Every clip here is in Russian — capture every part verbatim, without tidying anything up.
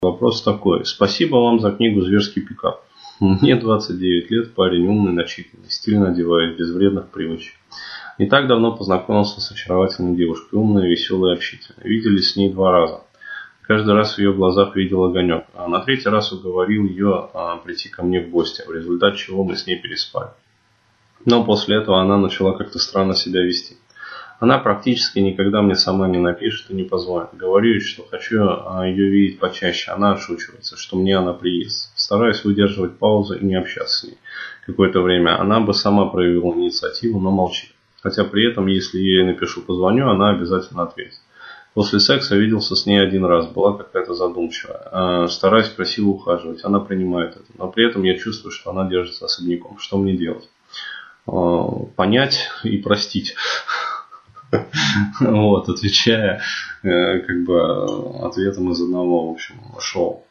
Вопрос такой. Спасибо вам за книгу «Зверский пикап». Мне двадцать девять лет, парень умный, начитанный, стильно одеваюсь, без вредных привычек. Не так давно познакомился с очаровательной девушкой, умной, веселой и общительной. Виделись с ней два раза. Каждый раз в ее глазах видел огонек. А на третий раз уговорил ее а, прийти ко мне в гости, в результате чего мы с ней переспали. Но после этого она начала как-то странно себя вести. Она практически никогда мне сама не напишет и не позвонит. Говорю ей, что хочу ее видеть почаще. Она отшучивается, что мне она приест. Стараюсь выдерживать паузу и не общаться с ней. Какое-то время она бы сама проявила инициативу, но молчит. Хотя при этом, если я ей напишу, позвоню, она обязательно ответит. После секса виделся с ней один раз. Была какая-то задумчивая. Стараюсь красиво ухаживать. Она принимает это. Но при этом я чувствую, что она держится особняком. Что мне делать? Понять и простить. Вот, отвечая как бы ответом из одного, в общем, шоу.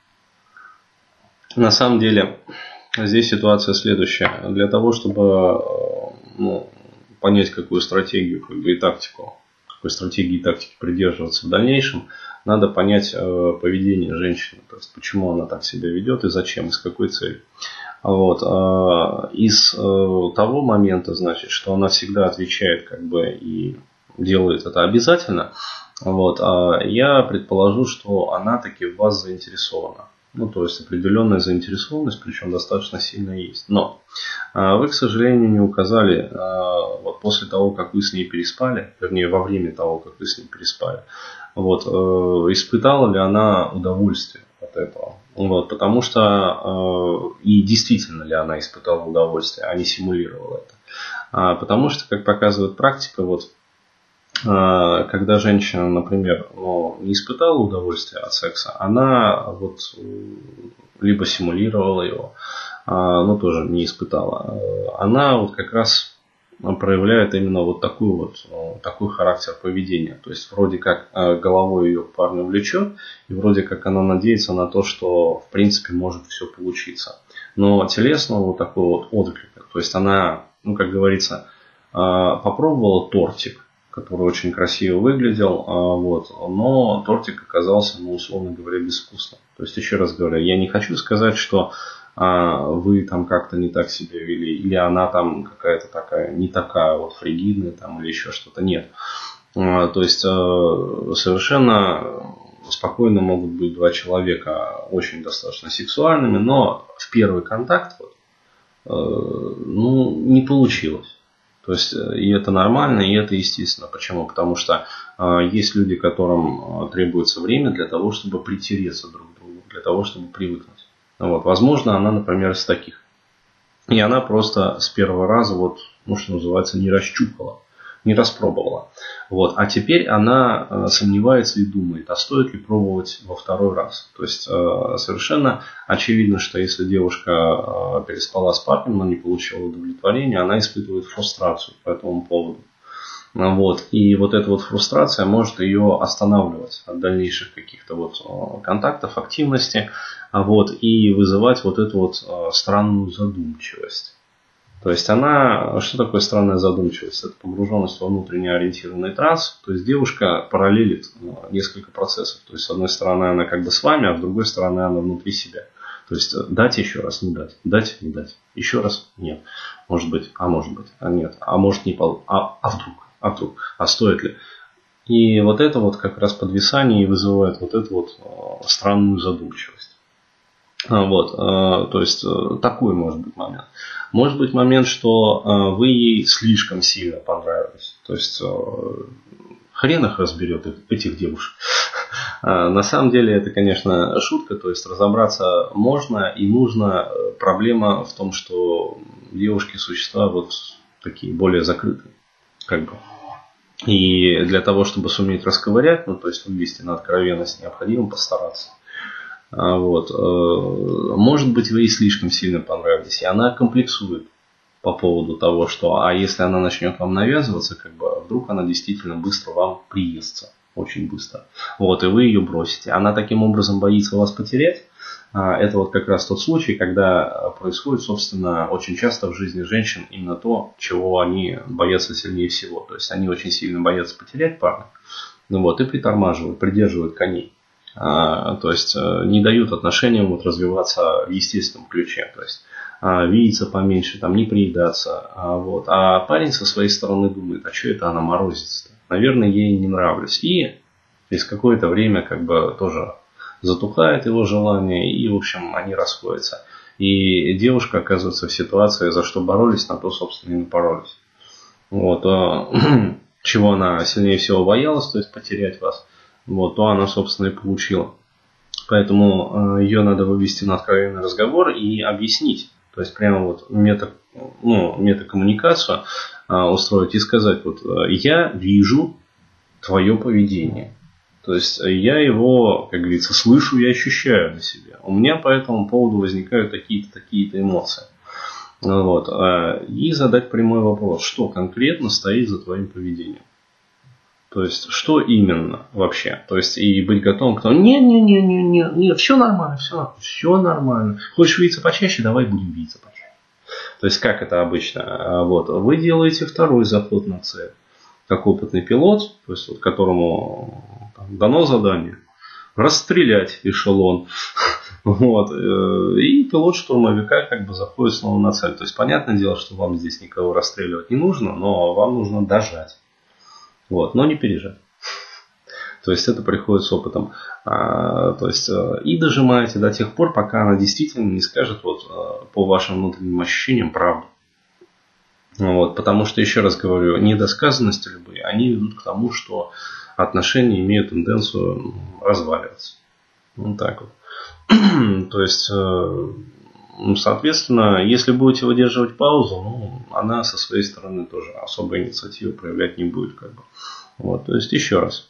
На самом деле, здесь ситуация следующая. Для того, чтобы ну, понять, какую стратегию как бы, и тактику, какой стратегии и тактики придерживаться в дальнейшем, надо понять поведение женщины. То есть, почему она так себя ведет и зачем, и с какой целью. Вот. Из того момента, значит, что она всегда отвечает как бы и делает это обязательно, вот, а я предположу, что она таки в вас заинтересована. Ну, то есть определенная заинтересованность, причем достаточно сильно есть. Но а, вы, к сожалению, не указали, а, вот после того, как вы с ней переспали, вернее, во время того, как вы с ней переспали, вот, э, испытала ли она удовольствие от этого. Вот, потому что, э, и действительно ли она испытала удовольствие, а не симулировала это. А, потому что, как показывает практика, вот, когда женщина, например, ну, не испытала удовольствия от секса, она вот либо симулировала его, но тоже не испытала. Она вот как раз проявляет именно вот такую вот, такой характер поведения. То есть вроде как головой ее к парню влечет, и вроде как она надеется на то, что в принципе может все получиться. Но телесного вот такого вот отклика, то есть она, ну как говорится, попробовала тортик, который очень красиво выглядел, вот, но тортик оказался, ну, условно говоря, безвкусным. То есть, еще раз говорю, я не хочу сказать, что а, вы там как-то не так себя вели, или она там какая-то такая, не такая вот фригидная, там, или еще что-то, нет. А, то есть, а, совершенно спокойно могут быть два человека очень достаточно сексуальными, но в первый контакт вот, а, ну, не получилось. То есть, и это нормально, и это естественно. Почему? Потому что э, есть люди, которым требуется время для того, чтобы притереться друг к другу, для того, чтобы привыкнуть. Вот. Возможно, она, например, из таких. И она просто с первого раза, вот, ну, что называется, не расчухала, не распробовала. Вот. А теперь она э, сомневается и думает, а стоит ли пробовать во второй раз. То есть, э, совершенно очевидно, что если девушка э, переспала с парнем, но не получила удовлетворения, она испытывает фрустрацию по этому поводу. Вот. И вот эта вот фрустрация может ее останавливать от дальнейших каких-то вот контактов, активности, вот, и вызывать вот эту вот э, странную задумчивость. То есть она, что такое странная задумчивость? Это погруженность во внутренне ориентированный транс. То есть девушка параллелит несколько процессов. То есть с одной стороны она как бы с вами, а с другой стороны она внутри себя. То есть дать еще раз, не дать, дать, не дать. Еще раз нет. Может быть, а может быть, а нет. А может не пол, а, а вдруг, а вдруг, а стоит ли? И вот это вот как раз подвисание и вызывает вот эту вот странную задумчивость. Вот, то есть такой может быть момент. Может быть момент, что вы ей слишком сильно понравились. То есть хрен их разберет, этих девушек. На самом деле это, конечно, шутка. То есть разобраться можно и нужно. Проблема в том, что девушки существа вот такие более закрытые. Как бы. И для того, чтобы суметь расковырять, ну то есть вывести на откровенность, необходимо постараться. Вот. Может быть, вы ей слишком сильно понравились, и она комплексует по поводу того, что а если она начнет вам навязываться, как бы вдруг она действительно быстро вам приестся, очень быстро. Вот, и вы ее бросите. Она таким образом боится вас потерять. Это вот как раз тот случай, когда происходит, собственно, очень часто в жизни женщин именно то, чего они боятся сильнее всего. То есть они очень сильно боятся потерять парня, ну вот, и притормаживают, придерживают коней. То есть не дают отношениям вот развиваться в естественном ключе. То есть видеться поменьше, там, не приедаться. Вот. А парень со своей стороны думает, а что это она морозится-то? Наверное, ей не нравлюсь. И через какое-то время как бы тоже затухает его желание, и, в общем, они расходятся. И девушка оказывается в ситуации, за что боролись, на то, собственно, и напоролись. Вот. Чего она сильнее всего боялась, то есть потерять вас, вот, то она, собственно, и получила. Поэтому ее надо вывести на откровенный разговор и объяснить. То есть прямо вот мета, ну, метакоммуникацию устроить и сказать, вот я вижу твое поведение. То есть я его, как говорится, слышу и ощущаю на себе. У меня по этому поводу возникают такие-то, такие-то эмоции. Вот. И задать прямой вопрос, что конкретно стоит за твоим поведением. То есть, что именно вообще? То есть, и быть готовым к тому, не-не-не-не-не, не, все нормально, все, все нормально. Хочешь видеться почаще, давай будем видеться почаще. То есть, как это обычно? Вот. Вы делаете второй заход на цель. Как опытный пилот, то есть, вот, которому там, дано задание расстрелять эшелон. Вот. И пилот штурмовика как бы заходит снова на цель. То есть, понятное дело, что вам здесь никого расстреливать не нужно, но вам нужно дожать. Вот, но не пережать. То есть это приходит с опытом. А, то есть и дожимаете до тех пор, пока она действительно не скажет вот, по вашим внутренним ощущениям правду. Вот, потому что, еще раз говорю, недосказанности любые, они ведут к тому, что отношения имеют тенденцию разваливаться. Вот так вот. То есть, соответственно, если будете выдерживать паузу, ну, она со своей стороны тоже особой инициативы проявлять не будет. Как бы. Вот, то есть, еще раз.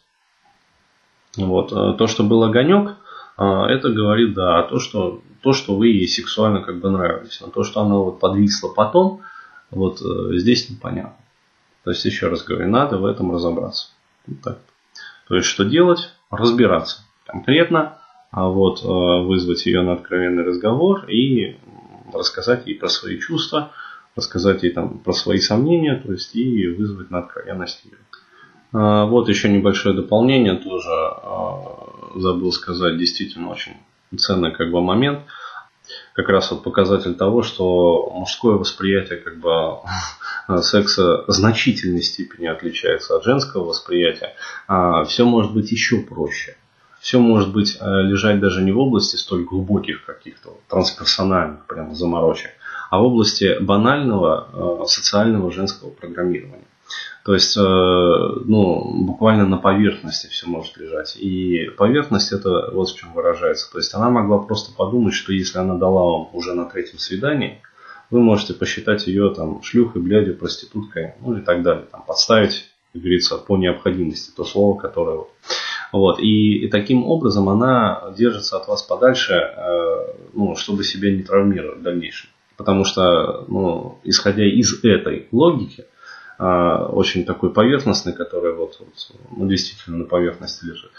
Вот, то, что был огонек, это говорит, да, то, что, то, что вы ей сексуально как бы нравились. Но то, что она вот подвисла потом, вот здесь непонятно. То есть, еще раз говорю, надо в этом разобраться. Вот так. То есть, что делать? Разбираться конкретно. А вот вызвать ее на откровенный разговор и рассказать ей про свои чувства, рассказать ей там про свои сомнения, то есть и вызвать на откровенность ее. Вот еще небольшое дополнение, тоже забыл сказать, действительно очень ценный как бы момент. Как раз вот показатель того, что мужское восприятие как бы секса в значительной степени отличается от женского восприятия. Все может быть еще проще. Все может быть лежать даже не в области столь глубоких каких-то трансперсональных прям заморочек, а в области банального социального женского программирования. То есть, ну, буквально на поверхности все может лежать. И поверхность это вот в чем выражается. То есть, она могла просто подумать, что если она дала вам уже на третьем свидании, вы можете посчитать ее там шлюхой, блядью, проституткой, ну и так далее. Там, подставить, как говорится, по необходимости то слово, которое... Вот. Вот. И, и таким образом она держится от вас подальше, э, ну, чтобы себя не травмировать в дальнейшем. Потому что, ну, исходя из этой логики, э, очень такой поверхностной, которая вот, вот, ну, действительно на поверхности лежит,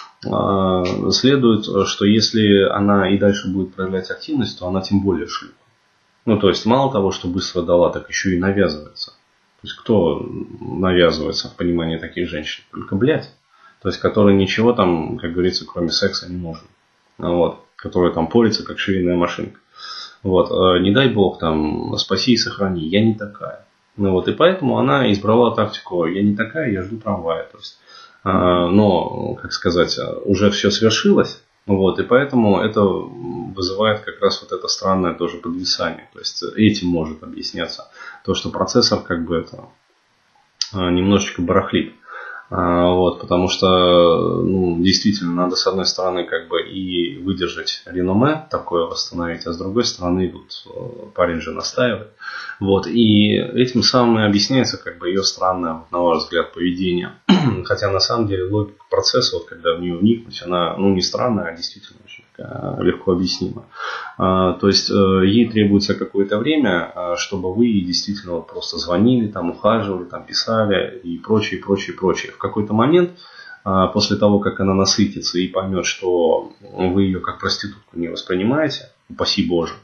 э, следует, что если она и дальше будет проявлять активность, то она тем более шлюха. Ну, то есть, мало того, что быстро дала, так еще и навязывается. То есть, кто навязывается в понимании таких женщин? Только блядь. То есть, который ничего там, как говорится, кроме секса не нужен. Вот. Который там порется, как швейная машинка. Вот. Не дай бог, там, спаси и сохрани. Я не такая. Ну, вот. И поэтому она избрала тактику «я не такая, я жду трамвая». То есть, но, как сказать, уже все свершилось. Вот. И поэтому это вызывает как раз вот это странное тоже подвисание. То есть, этим может объясняться то, что процессор как бы это немножечко барахлит. Вот, потому что, ну, действительно, надо с одной стороны как бы и выдержать реноме, такое восстановить, а с другой стороны вот, парень же настаивает. Вот, и этим самым и объясняется как бы ее странное, на ваш взгляд, поведение. Хотя на самом деле логика процесса, вот, когда в нее вникнуть, она, ну, не странная, а действительно очень легко объяснима. То есть ей требуется какое-то время, чтобы вы действительно вот просто звонили, там, ухаживали, там, писали и прочее, прочее, прочее. В какой-то момент, после того, как она насытится и поймет, что вы ее как проститутку не воспринимаете, упаси Боже,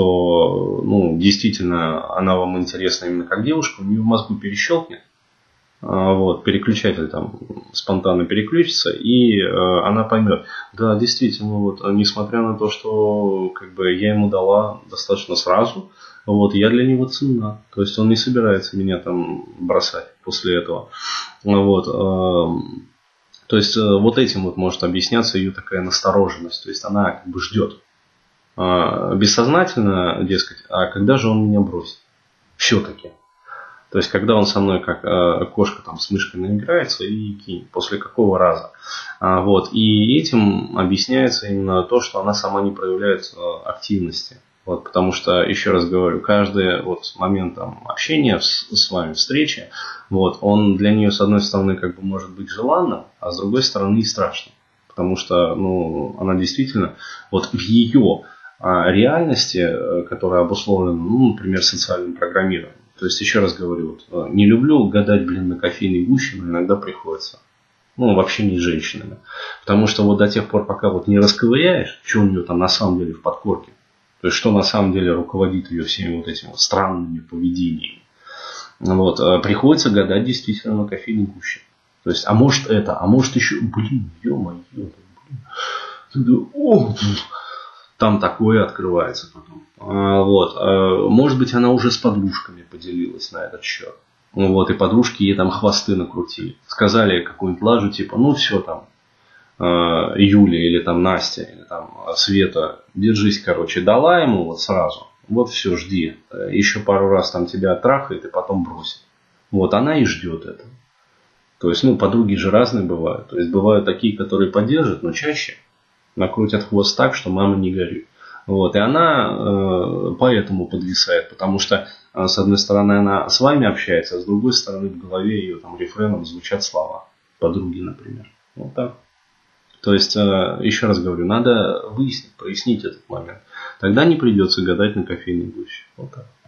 что, ну, действительно она вам интересна именно как девушка, у нее в мозгу перещелкнет. Вот, переключатель там спонтанно переключится, и э, она поймет, да, действительно, вот, несмотря на то, что как бы, я ему дала достаточно сразу, вот, я для него ценна. То есть он не собирается меня там бросать после этого. Вот, э, то есть э, вот этим вот может объясняться ее такая настороженность. То есть она как бы ждет. Э, бессознательно, дескать, а когда же он меня бросит? Все-таки. То есть, когда он со мной как э, кошка там с мышкой наиграется и кинет, после какого раза. А, вот. И этим объясняется именно то, что она сама не проявляет э, активности. Вот, потому что, еще раз говорю, каждый вот момент там, общения с, с вами, встречи, вот, он для нее, с одной стороны, как бы может быть желанным, а с другой стороны и страшным. Потому что ну, она действительно вот в ее а, реальности, которая обусловлена, ну, например, социальным программированием. То есть, еще раз говорю, вот, не люблю гадать, блин, на кофейной гуще, но иногда приходится. Ну, вообще не с женщинами. Потому что вот до тех пор, пока вот не расковыряешь, что у нее там на самом деле в подкорке, то есть, что на самом деле руководит ее всеми вот этими вот странными поведениями, вот, приходится гадать действительно на кофейной гуще. То есть, а может это, а может еще, блин, ё-моё, блин, о, там такое открывается потом. А, вот. А, может быть, она уже с подружками поделилась на этот счет. Вот, и подружки ей там хвосты накрутили. Сказали какую-нибудь лажу, типа, ну все там, э, Юля или там Настя, или там Света, держись, короче, дала ему вот сразу. Вот все, жди. Еще пару раз там тебя оттрахает и потом бросит. Вот, она и ждет этого. То есть, ну, подруги же разные бывают. То есть, бывают такие, которые поддержат, но чаще накрутят хвост так, что мама не горюй. Вот, и она э, поэтому подвисает, потому что, э, с одной стороны, она с вами общается, а с другой стороны, в голове ее там рефреном звучат слова. Подруги, например. Вот так. То есть, э, еще раз говорю, надо выяснить, прояснить этот момент. Тогда не придется гадать на кофейной гуще. Вот так.